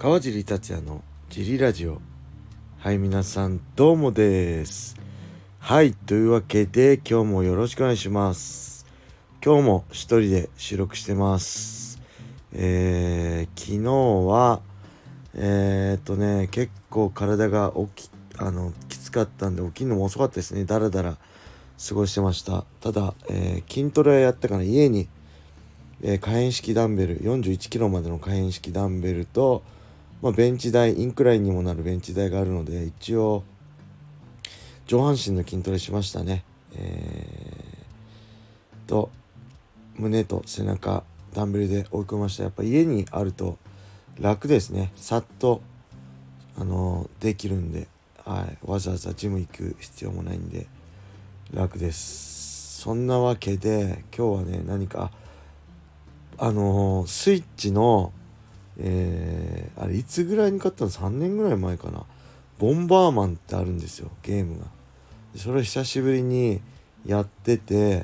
川尻達也のジリラジオ。はい、皆さんどうもです。はい、というわけで今日もよろしくお願いします。今日も一人で収録してます。昨日は結構体がきつかったんで起きるのも遅かったですね。だらだら過ごしてました。ただ、筋トレやったかな。家に、可変式ダンベル41キロまでの可変式ダンベルと、ベンチ台、インクラインにもなるベンチ台があるので、一応上半身の筋トレしましたね。胸と背中ダンベルで追い込みました。やっぱ家にあると楽ですね。さっとできるんで、わざわざジム行く必要もないんで楽です。そんなわけで今日はね、何かスイッチのあれいつぐらいに買ったの、3年ぐらい前かな。ボンバーマンってあるんですよ、ゲームが。それを久しぶりにやってて、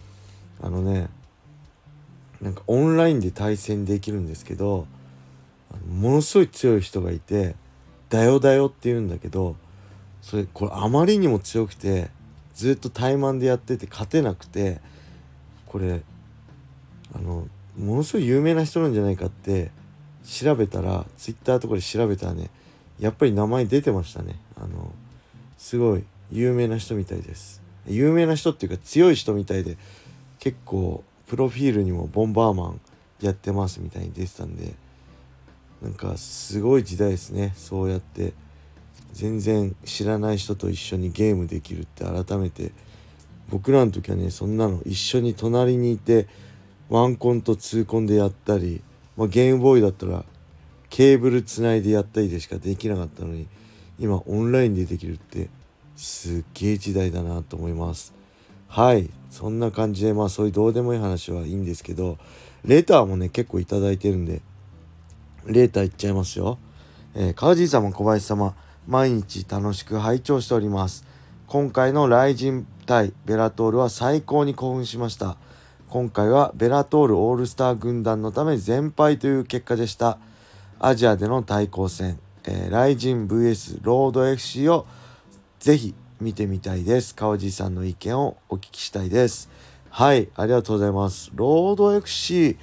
なんかオンラインで対戦できるんですけど、ものすごい強い人がいて、だよだよって言うんだけど、これあまりにも強くてずっと怠慢でやってて勝てなくて、これものすごい有名な人なんじゃないかって調べたら、ツイッターとかで調べたらね、やっぱり名前出てましたね。すごい有名な人みたいです。有名な人っていうか強い人みたいで、結構プロフィールにもボンバーマンやってますみたいに出てたんで、なんかすごい時代ですね。そうやって全然知らない人と一緒にゲームできるって改めて、僕らの時はね、そんなの一緒に隣にいてワンコンとツーコンでやったり、ゲームボーイだったらケーブルつないでやったりでしかできなかったのに、今オンラインでできるってすっげえ時代だなと思います。はい、そんな感じでそういうどうでもいい話はいいんですけど、レターもね結構いただいてるんでレターいっちゃいますよ。川尻様、小林様、毎日楽しく拝聴しております。今回のライジン対ベラトールは最高に興奮しました。今回はベラトールオールスター軍団のため全敗という結果でした。アジアでの対抗戦、ライジン vs ロード FC をぜひ見てみたいです。川尻さんの意見をお聞きしたいです。はい、ありがとうございます。ロード FC、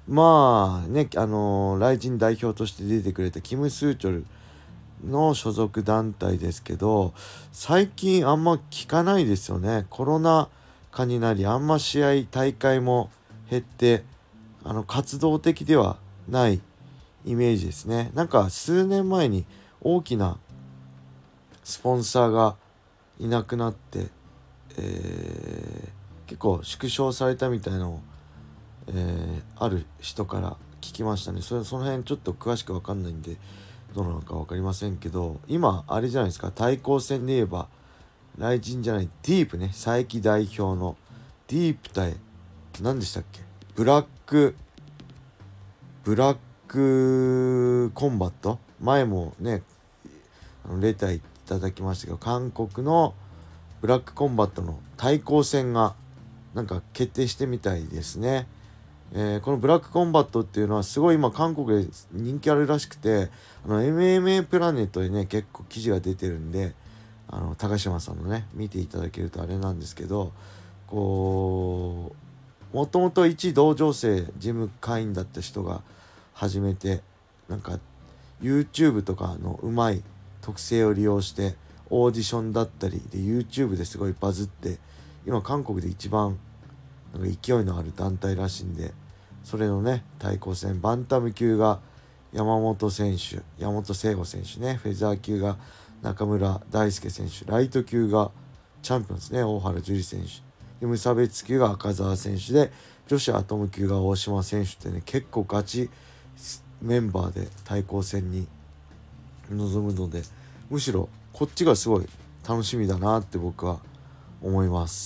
ライジン代表として出てくれたキム・スーチョルの所属団体ですけど、最近あんま聞かないですよね。コロナ禍になり、あんま試合大会も減って、活動的ではないイメージですね。なんか数年前に大きなスポンサーがいなくなって、結構縮小されたみたいなのを、ある人から聞きましたね。その辺ちょっと詳しく分かんないんでどうなのか分かりませんけど、今あれじゃないですか、対抗戦で言えばライジンじゃない、ディープね、佐伯代表のディープ対何でしたっけ、ブラックコンバット、前もねレターいただきましたけど、韓国のブラックコンバットの対抗戦がなんか決定してみたいですね。このブラックコンバットっていうのはすごい今韓国で人気あるらしくて、MMA プラネットでね結構記事が出てるんで、高島さんのね見ていただけるとあれなんですけど、もともと一同情生ジム会員だった人が始めて、なんか YouTube とかのうまい特性を利用してオーディションだったりで YouTube ですごいバズって、今韓国で一番なんか勢いのある団体らしいんで、それのね対抗戦、バンタム級が山本聖吾選手ね、フェザー級が中村大輔選手、ライト級がチャンピオンですね、大原樹里選手で、無差別級が赤澤選手で、女子アトム級が大島選手ってね、結構ガチメンバーで対抗戦に臨むので、むしろこっちがすごい楽しみだなって僕は思います。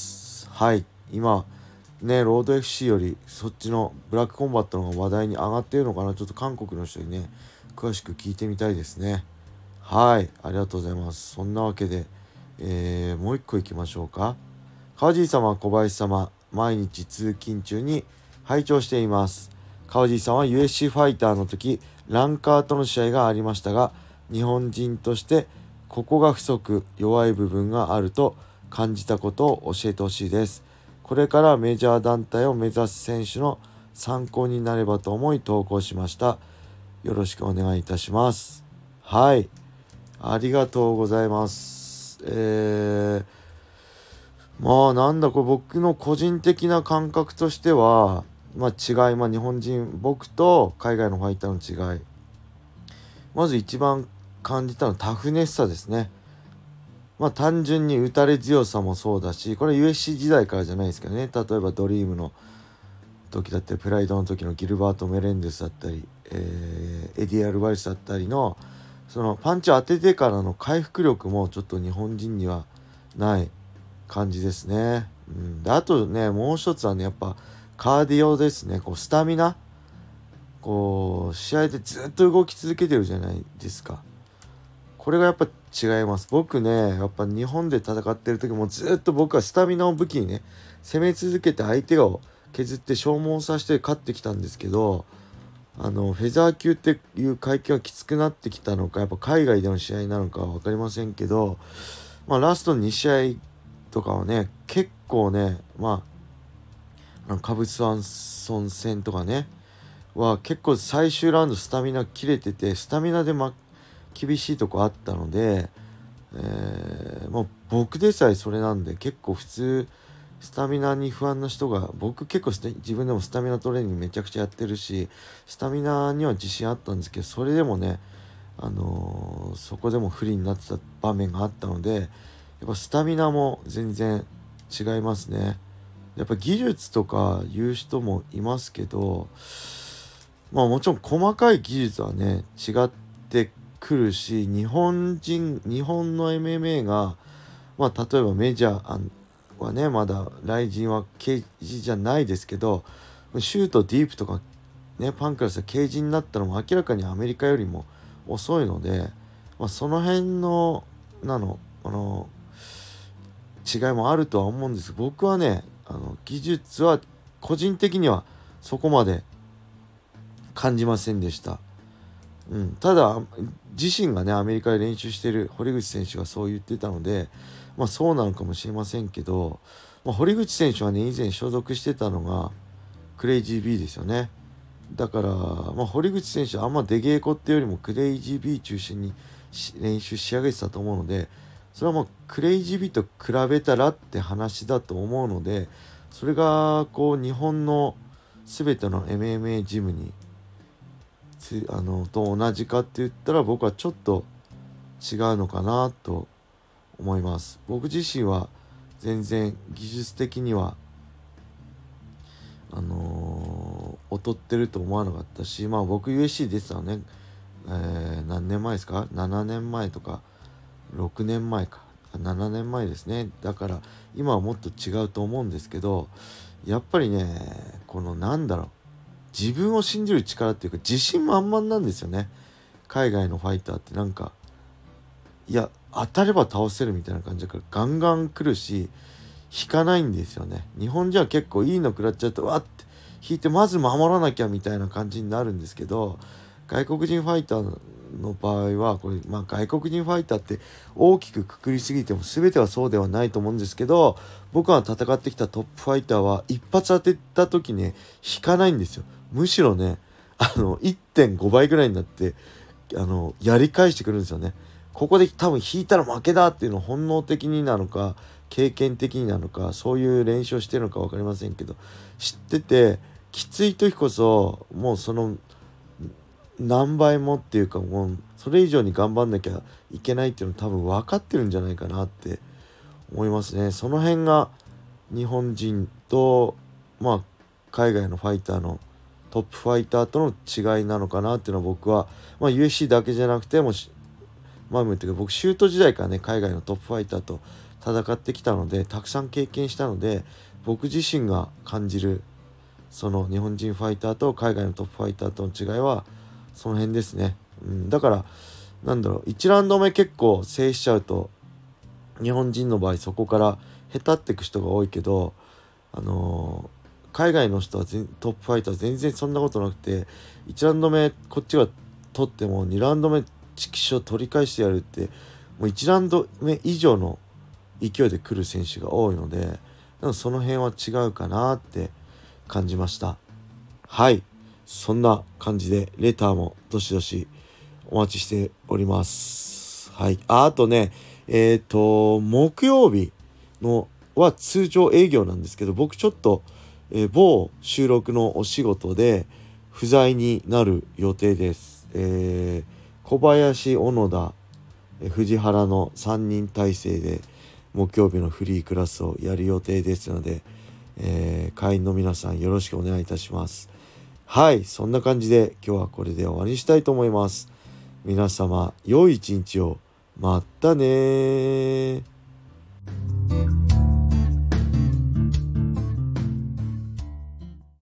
はい、今ねロード FC よりそっちのブラックコンバットの方が話題に上がっているのかな。ちょっと韓国の人にね詳しく聞いてみたいですね。はい、ありがとうございます。そんなわけで、もう一個いきましょうか。川尻様、小林様、毎日通勤中に拝聴しています。川尻さんは USC ファイターの時ランカーとの試合がありましたが、日本人としてここが不足、弱い部分があると感じたことを教えてほしいです。これからメジャー団体を目指す選手の参考になればと思い投稿しました。よろしくお願いいたします。はい、ありがとうございます。まあなんだこれ僕の個人的な感覚としては、違い、日本人、僕と海外のファイターの違い。まず一番感じたのはタフネスさですね。単純に打たれ強さもそうだし、これ USC 時代からじゃないですけどね。例えばドリームの時だったり、プライドの時のギルバート・メレンデスだったり、エディ・アルバレスだったりのそのパンチを当ててからの回復力もちょっと日本人にはない感じですね。であとね、もう一つはね、やっぱカーディオですね。こうスタミナ、こう試合でずっと動き続けてるじゃないですか。これがやっぱ違います。僕ね、やっぱ日本で戦ってる時もずっと僕はスタミナを武器にね、攻め続けて相手を削って消耗させて勝ってきたんですけど、フェザー級っていう階級がきつくなってきたのか、やっぱ海外での試合なのかは分かりませんけど、ラスト2試合とかはね、結構ね、カブスワンソン戦とかねは結構最終ラウンドスタミナ切れてて、スタミナで厳しいとこあったので、僕でさえそれなんで、結構普通スタミナに不安な人が、僕結構自分でもスタミナトレーニングめちゃくちゃやってるし、スタミナには自信あったんですけど、それでもね、そこでも不利になってた場面があったので、やっぱスタミナも全然違いますね。やっぱ技術とか言う人もいますけど、もちろん細かい技術はね違ってくるし、日本の MMA が例えばメジャーはね、まだライジンはケージじゃないですけど、シュートディープとかね、パンクラスがケージになったのも明らかにアメリカよりも遅いので、その辺の違いもあるとは思うんです。僕はね、技術は個人的にはそこまで感じませんでした。ただ自身がねアメリカで練習している堀口選手がそう言ってたので、そうなのかもしれませんけど、堀口選手はね以前所属してたのがクレイジー B ですよね。だから、堀口選手はあんま出稽古っていうよりもクレイジー B 中心に練習仕上げてたと思うので、それはクレイジー B と比べたらって話だと思うので、それがこう日本の全ての MMA ジムにと同じかって言ったら、僕はちょっと違うのかなと思います。僕自身は全然技術的には劣ってると思わなかったし、僕 USC 出てたのね、何年前ですか、7年前とか6年前か、7年前ですね。だから今はもっと違うと思うんですけど、やっぱりね、この自分を信じる力っていうか自信満々なんですよね。海外のファイターって当たれば倒せるみたいな感じだからガンガン来るし、引かないんですよね。日本人は結構いいの食らっちゃうとわって引いてまず守らなきゃみたいな感じになるんですけど、外国人ファイターの場合はこれ、外国人ファイターって大きくくくりすぎても全てはそうではないと思うんですけど、僕が戦ってきたトップファイターは一発当てた時ね引かないんですよ。むしろね1.5 倍ぐらいになってやり返してくるんですよね。ここで多分引いたら負けだっていうのを本能的になのか経験的になのか、そういう練習をしてるのか分かりませんけど、知っててきつい時こそもうその何倍もっていうか、もうそれ以上に頑張んなきゃいけないっていうの多分分かってるんじゃないかなって思いますね。その辺が日本人と海外のファイターのトップファイターとの違いなのかなっていうのは僕は、USC だけじゃなくても僕シュート時代からね海外のトップファイターと戦ってきたので、たくさん経験したので、僕自身が感じるその日本人ファイターと海外のトップファイターとの違いはその辺ですね。だから1ラウンド目結構制しちゃうと日本人の場合そこから下手ってく人が多いけど、海外の人はトップファイター全然そんなことなくて、1ラウンド目こっちは取っても2ラウンド目チキショ取り返してやるって、もう1ラウンド目以上の勢いで来る選手が多いので、その辺は違うかなって感じました。はい、そんな感じでレターもどしどしお待ちしております。はい、あとね、木曜日のは通常営業なんですけど、僕ちょっと、某収録のお仕事で不在になる予定です。小林、小野田、藤原の3人体制で木曜日のフリークラスをやる予定ですので、会員の皆さんよろしくお願いいたします。はい、そんな感じで今日はこれで終わりにしたいと思います。皆様良い一日を。またねー。